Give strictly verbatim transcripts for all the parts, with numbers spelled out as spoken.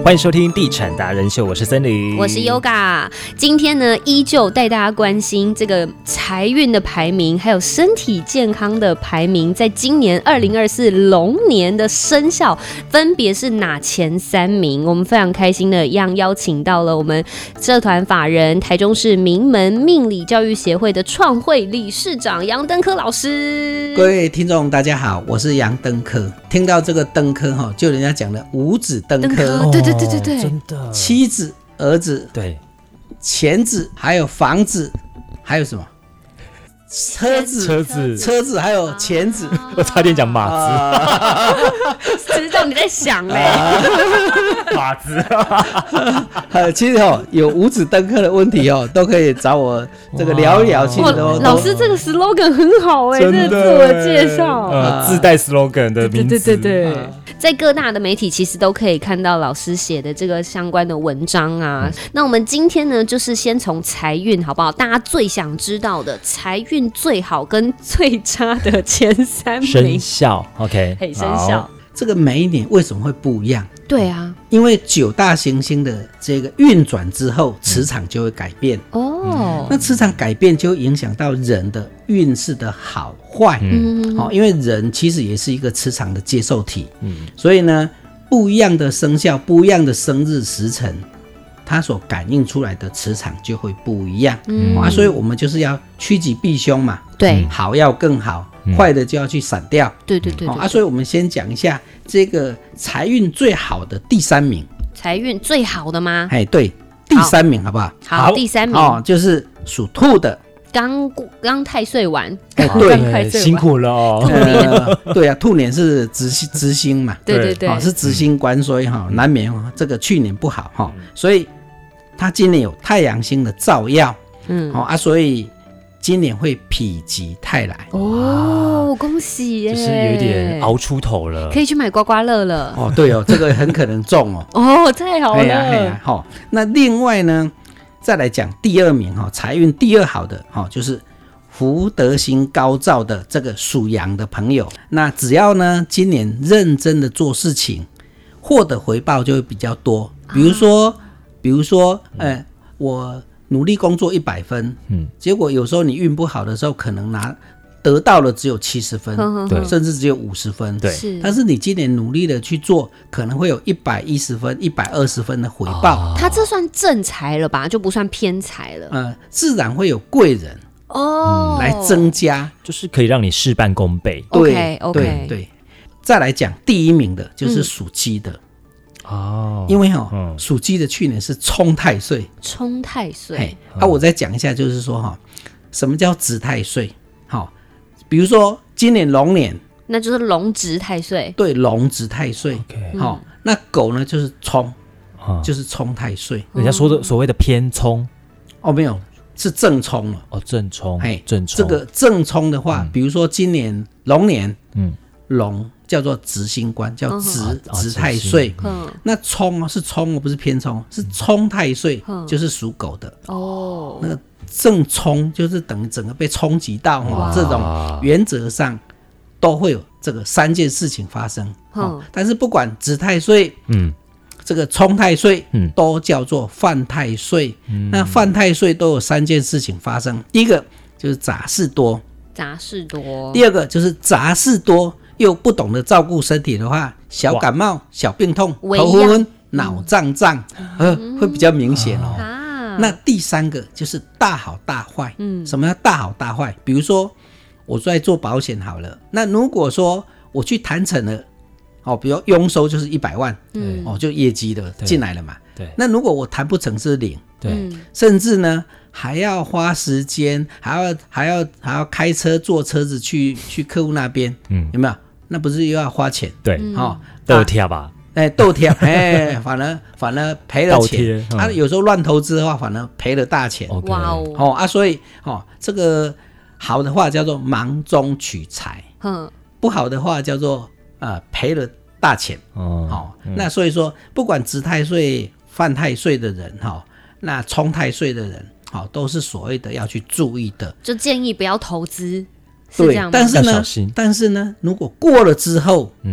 欢迎收听地产达人秀，我是森林， 我是 Yoga。今天呢，依旧带大家关心这个财运的排名，还有身体健康的排名，在今年二零二四龙年的生肖分别是哪前三名？我们非常开心的一样邀请到了我们社团法人台中市名门命理教育协会的创会理事长杨登科老师。 各位听众大家好，我是杨登科。听到这个登科就人家讲的五子登科， 对对对对对， 真的， 妻子、儿子、 对， 钱子，还有房子，还有什么？车子、 车子、 车子，还有钱子。 啊、 我差点讲马子， 啊、知道你在想嘞， 马子。 呃，其实哦，有五子登科的问题哦，都可以找我这个聊一聊。其实都老师这个 slogan 很好哎、欸，这个自我介绍， 呃，自带 slogan 的名字。 对对对对对。在各大的媒体其实都可以看到老师写的这个相关的文章啊。嗯、那我们今天呢，就是先从财运好不好？大家最想知道的财运最好跟最差的前三名生肖 ，OK， 嘿，生肖。 这个每一年为什么会不一样？ 对啊， 因为九大行星的这个运转之后，磁场就会改变。哦、嗯，那磁场改变就会影响到人的运势的好坏。嗯，哦，因为人其实也是一个磁场的接受体。嗯，所以呢，不一样的生肖、不一样的生日时辰，它所感应出来的磁场就会不一样。嗯、啊，所以我们就是要趋吉避凶嘛。 对， 好要更好。坏的就要去闪掉， 对对 对, 对, 对、哦、 啊，所以我们先讲一下这个财运最好的第三名。 财运最好的吗？ 哎，对，第三名好不好？ 好，第三名哦，就是属兔的， 刚刚太岁完， 哎，对， 太岁辛苦了哦。 兔年、 呃，对啊，兔年是直直星嘛， 对对对， 哦、是直星官衰哈，难免这个去年不好哈，所以他今年有太阳星的照耀，嗯，哦啊，所以。今年会否极泰来哦，恭喜耶！ 就是有一点熬出头了， 可以去买刮刮乐了。 哦，对哦，这个很可能中哦。 哦，太好了。哎呀哎呀，好、哦。那另外呢，再来讲第二名哈、哦，财运第二好的哈、哦，就是福德星高照的这个属羊的朋友。那只要呢，今年认真的做事情，获得回报就会比较多。比如说，啊、比如说，呃，我。努力工作一百分，嗯，结果有时候你运不好的时候，可能拿得到了只有七十分，对，甚至只有五十分， 对。 但是你今年努力的去做，可能会有一百一十分、一百二十分的回报。 哦、他这算正财了吧？就不算偏财了。 呃，自然会有贵人哦、嗯，来增加， 就是可以让你事半功倍。 对 ，OK OK， 对对。再来讲第一名的就是属鸡的。嗯哦，因为哈、哦，属、嗯、鸡的去年是冲太岁， 冲太岁。 啊，我再讲一下，就是说哈、哦，什么叫值太岁？好、哦，比如说今年龙年， 那就是龙值太岁。 对，龙值太岁。好、okay 哦，那狗呢就是冲， 嗯、 就是冲太岁。 人家说的所谓的偏冲， 哦，没有，是正冲了。 哦，正冲， 嘿， 正冲。 这个正冲的话，嗯、比如说今年龙年，嗯，龙。叫做值星官，叫值值太岁。嗯，那冲是冲，不是偏冲，是冲太岁，嗯、就是属狗的。哦，那个正冲就是等于整个被冲击到哦，这种原则上都会有这个三件事情发生。哦，但是不管值太岁，嗯，这个冲太岁，嗯，都叫做犯太岁。嗯，那犯太岁都有三件事情发生，第一个就是杂事多， 杂事多；第二个就是杂事多。又不懂得照顾身体的话，小感冒、小病痛、头昏、脑胀胀，呃，会比较明显哦。啊、那第三个就是大好大坏。嗯，什么叫大好大坏？比如说我在做保险好了，那如果说我去谈成了，哦，比如佣收就是一百万，嗯，哦，就业绩的进来了嘛。对。那如果我谈不成是零，对，甚至呢还要花时间，还要还要还要开车坐车子去去客户那边，嗯，有没有？那不是又要花钱？ 对，哦，倒贴吧， 哎，倒贴，哎，反而反而赔了钱。嗯、啊，有时候乱投资的话，反而赔了大钱。 哇哦， 哦啊，所以哦，这个好的话叫做忙中取财，嗯，不好的话叫做呃赔了大钱。哦，哦嗯、那所以说，不管值太岁、犯太岁的人，哈、哦，那冲太岁的人，好、哦，都是所谓的要去注意的。 就建议不要投资。 对，但是呢，但是呢，如果过了之后，嗯，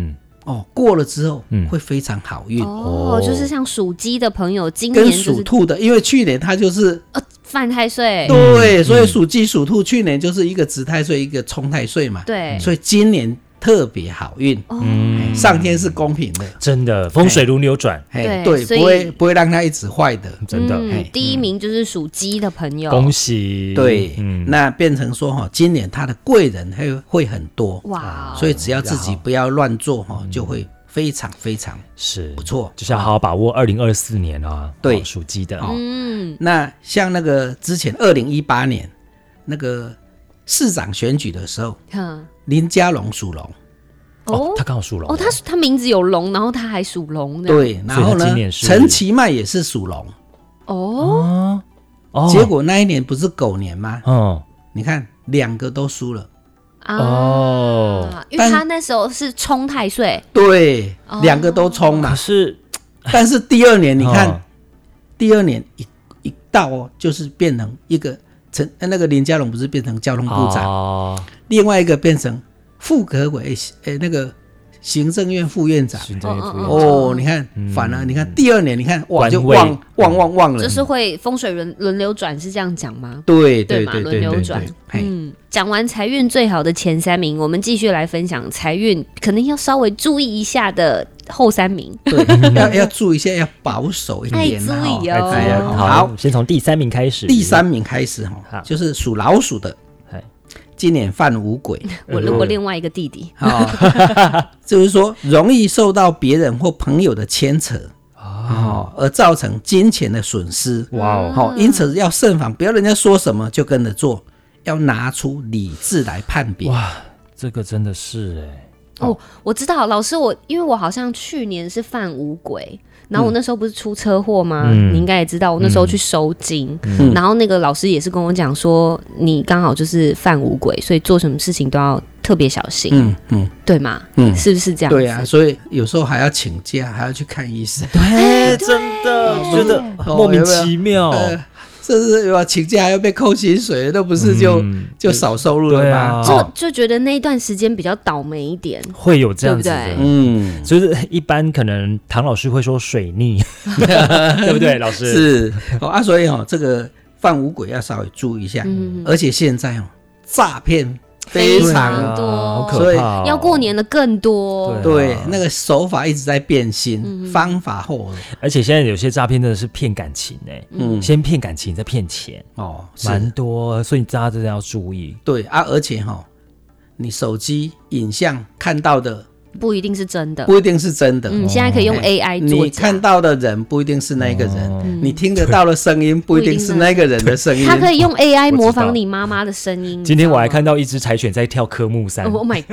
哦，过了之后会非常好运。 哦，就是像属鸡的朋友，今年、 跟就是、 属兔的，因为去年他就是呃犯太岁， 对，嗯、所以属鸡属兔去年就是一个值太岁，一个冲太岁嘛， 对， 所以今年特别好运。嗯，上天是公平的， 真的风水如扭转。 对对，不会不会让他一直坏的， 真的。 嗯、第一名就是属鸡的朋友， 恭喜。 对，嗯、那变成说哈，今年他的贵人会会很多哇， 所以只要自己不要乱做哈，就会非常非常是不错， 就是要好好把握二零二四年啊。 对， 哦、属鸡的。 嗯， 那像那个之前二零一八年那个市长选举的时候，林佳龙属龙。 哦，他刚好属龙。 哦，他他名字有龙，然后他还属龙。 对，然后呢，陈其迈也是属龙。 哦， 哦，结果那一年不是狗年吗？哦，你看两个都输了。 哦，因为他那时候是冲太岁。 对，两个都冲嘛。 可是， 但是第二年你看，第二年一一到哦，就是变成一个陈那个林佳龙不是变成交通部长，另外一个变成。副阁委诶，那个行政院副院长， 行政院副院长哦，你看， 嗯、 反而你看第二年，你看哇，就旺旺旺旺了， 就是会风水轮轮流转，是这样讲吗？ 对对对轮流转。嗯，讲完财运最好的前三名，我们继续来分享财运可能要稍微注意一下的后三名。 对，要要注意一下，要保守一点， 注意哦。 哎呀，好，先从第三名开始。 第三名开始哈，就是属老鼠的。今年犯五鬼， 我我另外一个弟弟， 哦、就是说容易受到别人或朋友的牵扯，哦，而造成金钱的损失。哇哦，因此要慎防，不要人家说什么就跟着做，要拿出理智来判别。 哇，这个真的是哎。 哦，我知道，老师我，因为我好像去年是犯五鬼。然后我那时候不是出车祸吗？嗯、你应该也知道，我那时候去收金，嗯、然后那个老师也是跟我讲说，你刚好就是犯五鬼，所以做什么事情都要特别小心，嗯嗯，对吗？嗯，是不是这样子？ 对啊，所以有时候还要请假，还要去看医生。 对，真的觉得莫名其妙。呃甚至有请假还要被扣薪水，那不是就、嗯、就少收入了吗？ 啊、就就觉得那一段时间比较倒霉一点， 会有这样子的， 对不对？ 嗯，就是一般可能唐老师会说水逆，对不对？老师是哦啊，所以哦，这个犯五鬼要稍微注意一下，嗯、而且现在哦，诈骗非常多， 好可怕、哦， 要过年的更多。 对、啊，那个手法一直在变新，嗯、方法后， 而且现在有些诈骗真的是骗感情哎、欸，嗯，先骗感情再骗钱哦，蛮多，所以大家真的要注意。 对啊，而且哈、哦，你手机影像看到的。 不一定是真的， 不一定是真的。 嗯，现在可以用 A I 做。 你看到的人不一定是那个人，哦、你听得到的声音不一定是那个人的声音。 他可以用 A I 模仿你妈妈的声音。 今天我还看到一只柴犬在跳科目三。 Oh my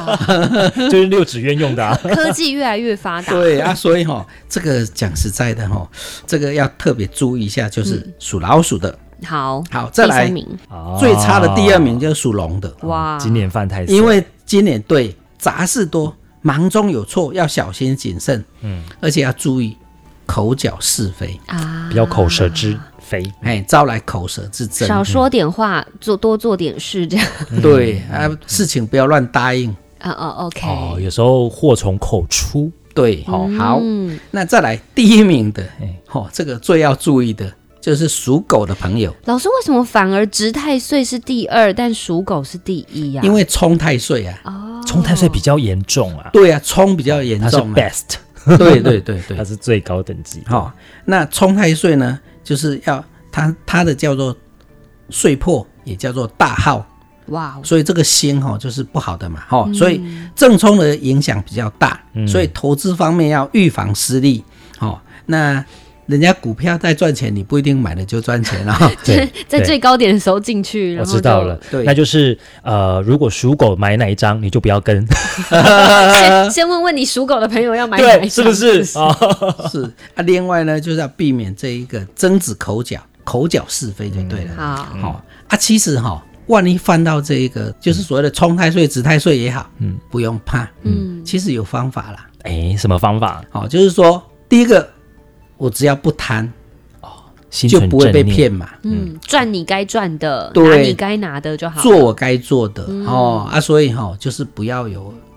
god！ 就是六指渊用的、啊。 科技越来越发达。 对啊，所以哈、哦，这个讲实在的哈、哦，这个要特别注意一下，就是属老鼠的。 嗯、好， 好，再来最差的第二名就是属龙的。 哇，今年犯太岁， 因为今年对杂事多。忙中有错，要小心谨慎，嗯，而且要注意口角是非啊，不要口舌之非， 哎，招来口舌之争， 少说点话，做多做点事，这样、 嗯、对啊，事情不要乱答应啊哦 ，OK， 哦，有时候祸从口出， 对，好、嗯，好，那再来第一名的，哦，这个最要注意的。就是属狗的朋友， 老师为什么反而值太岁是第二，但属狗是第一呀、啊？ 因为冲太岁啊， 哦， 冲太岁比较严重啊。 对啊，冲比较严重、啊， 它是 best， 对对对对， 它是最高等级。 好、哦，那冲太岁呢，就是要它它的叫做岁破，也叫做大耗。哇，所以这个星哈、哦、就是不好的嘛，哈、哦嗯，所以正冲的影响比较大，嗯、所以投资方面要预防失利。哦，那。人家股票在赚钱，你不一定买了就赚钱啊、哦。 在最高点的时候进去， 我知道了。那就是呃，如果属狗买哪一张，你就不要跟。 先先问问你属狗的朋友要买哪一张， 是不是？ 是是啊。另外呢，就是要避免这一个争执口角、口角是非就对了。 好、 嗯，好、哦、啊。其实哈、哦，万一犯到这一个，就是所谓的冲太岁、值太岁也好，嗯，不用怕，嗯，其实有方法啦。 哎，什么方法？ 好、哦，就是说，第一个。我只要不贪，哦，就不会被骗嘛。 嗯，赚你该赚的，拿你该拿的就好， 做我该做的、嗯、哦啊，所以哈、哦，就是不要有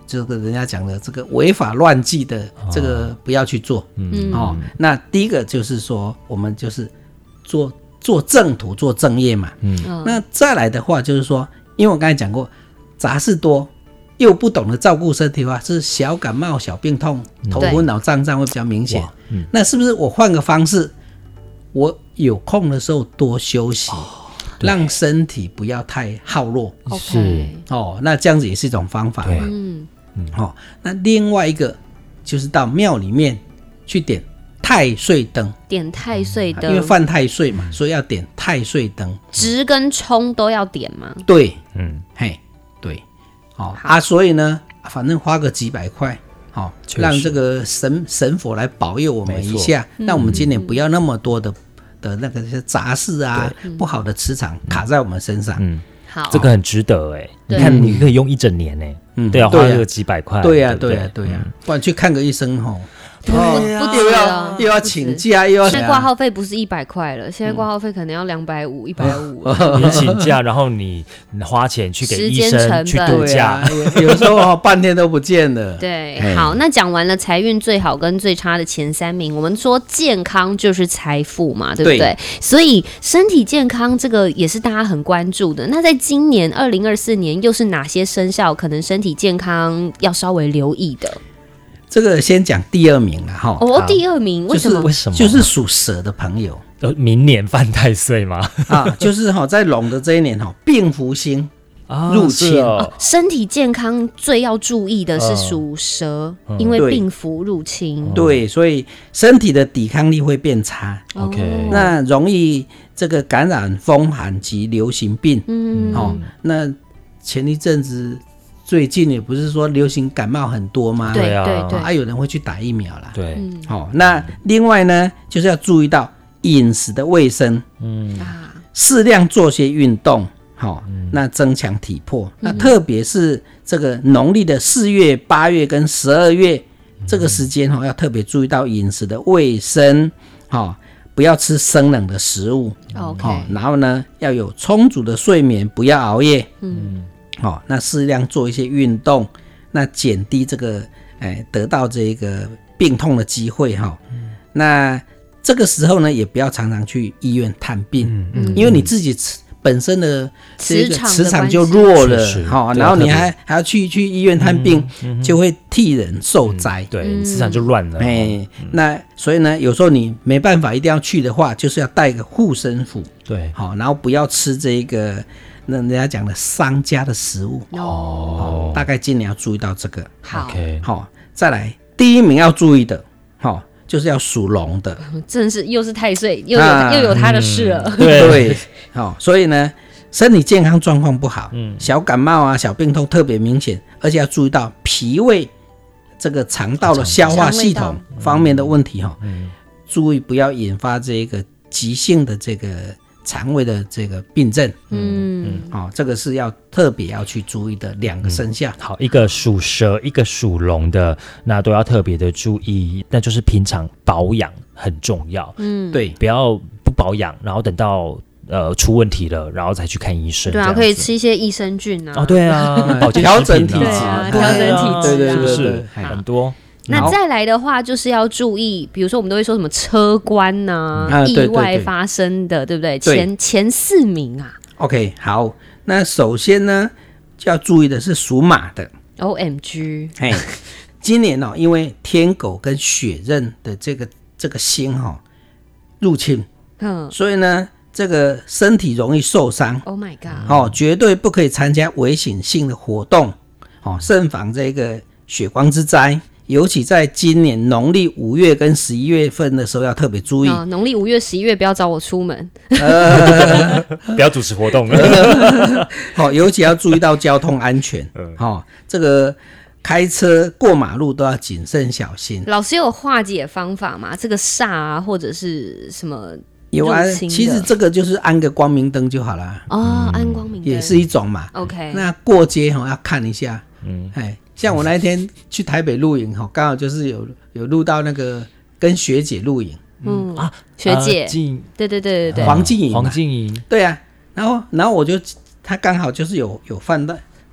这个人家讲的这个违法乱纪的这个不要去做。嗯，哦，那第一个就是说，我们就是做做正途、做正业嘛。嗯，那再来的话就是说，因为我刚才讲过，杂事多。又不懂得照顾身体的话，是小感冒、小病痛、头昏脑胀胀会比较明显。嗯、那是不是我换个方式，我有空的时候多休息，哦、让身体不要太耗弱？ 是哦，那这样子也是一种方法嘛。嗯嗯。哦，那另外一个就是到庙里面去点太岁灯， 点太岁灯， 因为犯太岁嘛，所以要点太岁灯。 直跟冲都要点吗？ 对，嗯，嘿，对。哦啊，所以呢，反正花个几百块，好、哦，让这个神神佛来保佑我们一下，让我们今年不要那么多的的那个杂事啊，不好的磁场卡在我们身上。 嗯，好，这个很值得哎、欸。你看，你可以用一整年哎、欸，嗯，对啊，花个几百块， 对呀，对呀，对呀，不然去看个医生吼。 哦，不止了， 又要请假，又要现在挂号费不是一百块了，现在挂号费可能要两百五、一百五。 你请假，然后你花钱去给医生去度假， 啊、有时候半天都不见了。 对，好，那讲完了财运最好跟最差的前三名，我们说健康就是财富嘛，对不对？对，所以身体健康这个也是大家很关注的。那在今年二零二四年，又是哪些生肖可能身体健康要稍微留意的？ 这个先讲第二名了哈。 哦，第二名为什么？ 为什么？ 就是属蛇的朋友， 明年犯太岁吗？ 啊，就是哈，在龙的这一年哈，病符星入侵、 啊哦， 身体健康最要注意的是属蛇，哦、因为病符入侵。 对，所以身体的抵抗力会变差。 OK，、哦、 那容易这个感染风寒及流行病。嗯，哦，那前一阵子。最近也不是说流行感冒很多吗？ 对对对， 啊，有人会去打疫苗啦。 对， 好、哦，那另外呢，就是要注意到饮食的卫生，嗯啊，适量做些运动，好、哦嗯，那增强体魄。嗯、那特别是这个农历的四月、八月跟十二月、嗯、这个时间哈、哦，要特别注意到饮食的卫生，好、哦，不要吃生冷的食物。 OK，、 哦、然后呢，要有充足的睡眠，不要熬夜。嗯。哦，那适量做一些运动，那减低这个，哎，得到这个病痛的机会哈、哦嗯。那这个时候呢，也不要常常去医院探病，嗯、因为你自己本身的这个磁场就弱了，哈、哦，然后你还还要去去医院探病，嗯、就会替人受灾， 嗯、对，磁场就乱了。 哎、嗯，那所以呢，有时候你没办法一定要去的话，就是要带个护身符， 对， 好、哦，然后不要吃这个。那人家讲的商家的食物哦, 哦， 大概今年要注意到这个。 好， okay. 好，再来第一名要注意的，好，就是要属龙的， 真是又是太岁，又有、啊、又有他的事了。 嗯、对，好，所以呢，身体健康状况不好，嗯，小感冒啊、小病痛特别明显，而且要注意到脾胃这个肠道的消化系统方面的问题哈、嗯，注意不要引发这个急性的这个。肠胃的这个病症，嗯嗯，哦，这个是要特别要去注意的两个生肖、嗯。 好，一个属蛇，一个属龙的，那都要特别的注意，那就是平常保养很重要。嗯， 对， 不要不保养，然后等到呃出问题了，然后再去看医生。 对啊，可以吃一些益生菌啊。 哦，对啊，保健调整体质， 调整体质， 对对对对，很多。 那再来的话，就是要注意，比如说我们都会说什么车关呐、啊、意外发生的，对不对？ 对前前四名啊。 OK， 好，那首先呢，就要注意的是属马的。 O M G， 嘿，今年哦，因为天狗跟血刃的这个这个星哈、哦、入侵，嗯，所以呢，这个身体容易受伤。 Oh my god！ 哦，绝对不可以参加危险性的活动，哦，慎防这个血光之灾。尤其在今年农历五月跟十一月份的时候要特别注意。 哦、农历五月、十一月不要找我出门， 呃、不要主持活动。 好、哦，尤其要注意到交通安全。好、哦，这个开车过马路都要谨慎小心。 老师有化解方法吗？这个煞啊，或者是什么？ 有啊，其实这个就是安个光明灯就好了。 哦，安光明灯也是一种嘛。 OK， 那过街哈、哦、要看一下。嗯，哎。像我那一天去台北露营哈，刚好就是有有录到那个跟学姐露营， 嗯啊，学姐，呃、对对对对对， 黄静莹， 黄静莹， 对啊，然后然后我就他刚好就是有有犯到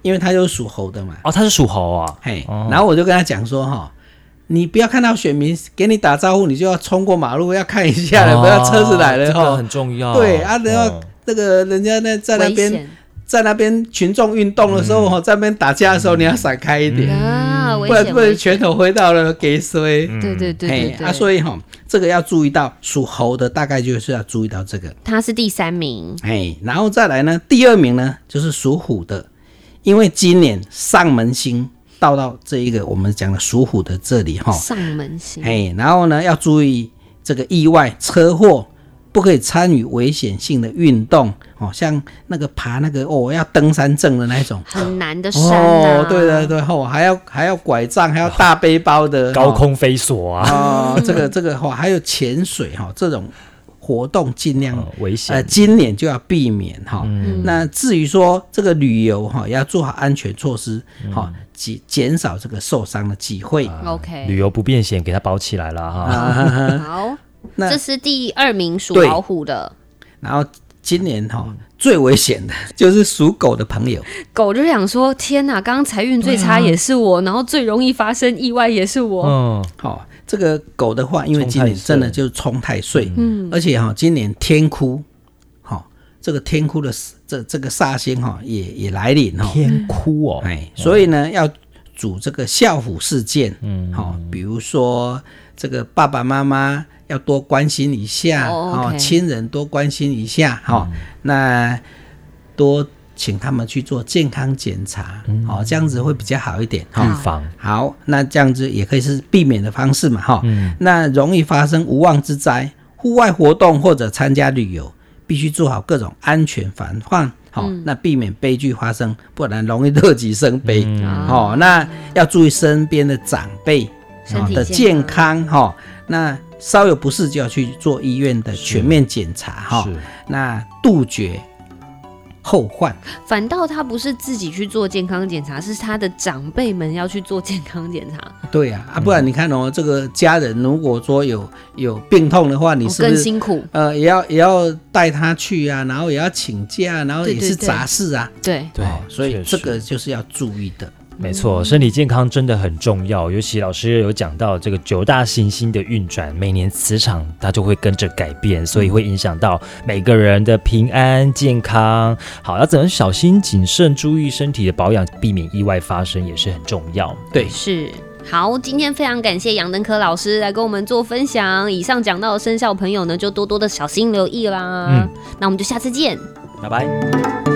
因为他就是属猴的嘛。 哦，他是属猴啊。 嘿，哦、然后我就跟他讲说哈，你不要看到选民给你打招呼，你就要冲过马路，要看一下了，哦、不要车子来了哈、 这个很重要。 对啊，然后这个人家那在那边。在那边群众运动的时候，嗯、在那边打架的时候，你要闪开一点，嗯、不然不然拳头挥到了给衰。 嗯、对对对对对。 啊，所以哈、哦，这个要注意到，属猴的大概就是要注意到这个。 他是第三名， 哎，然后再来呢，第二名呢就是属虎的，因为今年上门星到到这一个我们讲的属虎的这里哈， 上门星， 哎，然后呢要注意这个意外车祸。不可以参与危险性的运动哦，像那个爬那个哦，要登山证的那种很难的山啊。 哦，对对对，哦，还要还要拐杖，还要大背包的高空飞索啊， 哦，这个这个哈、哦，还有潜水哈、哦，这种活动尽量、哦、 危险， 呃，今年就要避免哈、哦嗯。那至于说这个旅游哈、哦，要做好安全措施，哈、嗯，减、哦、减少这个受伤的机会。 啊、OK， 旅游不便险给它包起来了哈。 啊、好。这是第二名属老虎的， 然后今年哈、哦、最危险的就是属狗的朋友。 狗就想说：天哪，刚刚财运最差也是我，啊、然后最容易发生意外也是我。 嗯，好、哦，这个狗的话，因为今年真的就是冲太岁，嗯，而且哈、哦，今年天哭，哈、哦，这个天哭的这这个煞星哈、哦、也也来临哈、哦， 天哭哦， 哎，所以呢要主这个孝虎事件，嗯，好、哦，比如说这个爸爸妈妈。要多关心一下哦，亲、oh, okay. 人多关心一下哈、嗯，那多请他们去做健康检查，嗯、哦，这样子会比较好一点哈。 预防好，那这样子也可以是避免的方式嘛哈、嗯。那容易发生无妄之灾，户外活动或者参加旅游，必须做好各种安全防范，好、嗯，那避免悲剧发生，不然容易乐极生悲。嗯、哦，那要注意身边的长辈的健康哈。那稍有不适就要去做医院的全面检查哈，那杜绝后患。 反倒他不是自己去做健康检查，是他的长辈们要去做健康检查。 对啊，啊不然你看哦，这个家人如果说有有病痛的话，你是不是、 哦、更辛苦？ 呃，也要也要带他去啊，然后也要请假，然后也是杂事啊。 对对、 哦，所以这个就是要注意的。 没错，身体健康真的很重要，尤其老师有讲到这个九大行星的运转，每年磁场它就会跟着改变，所以会影响到每个人的平安健康。好，要怎么小心谨慎，注意身体的保养，避免意外发生也是很重要。 对， 是。好，今天非常感谢杨登科老师来跟我们做分享。以上讲到的生肖朋友呢，就多多的小心留意啦。嗯，那我们就下次见， 拜拜。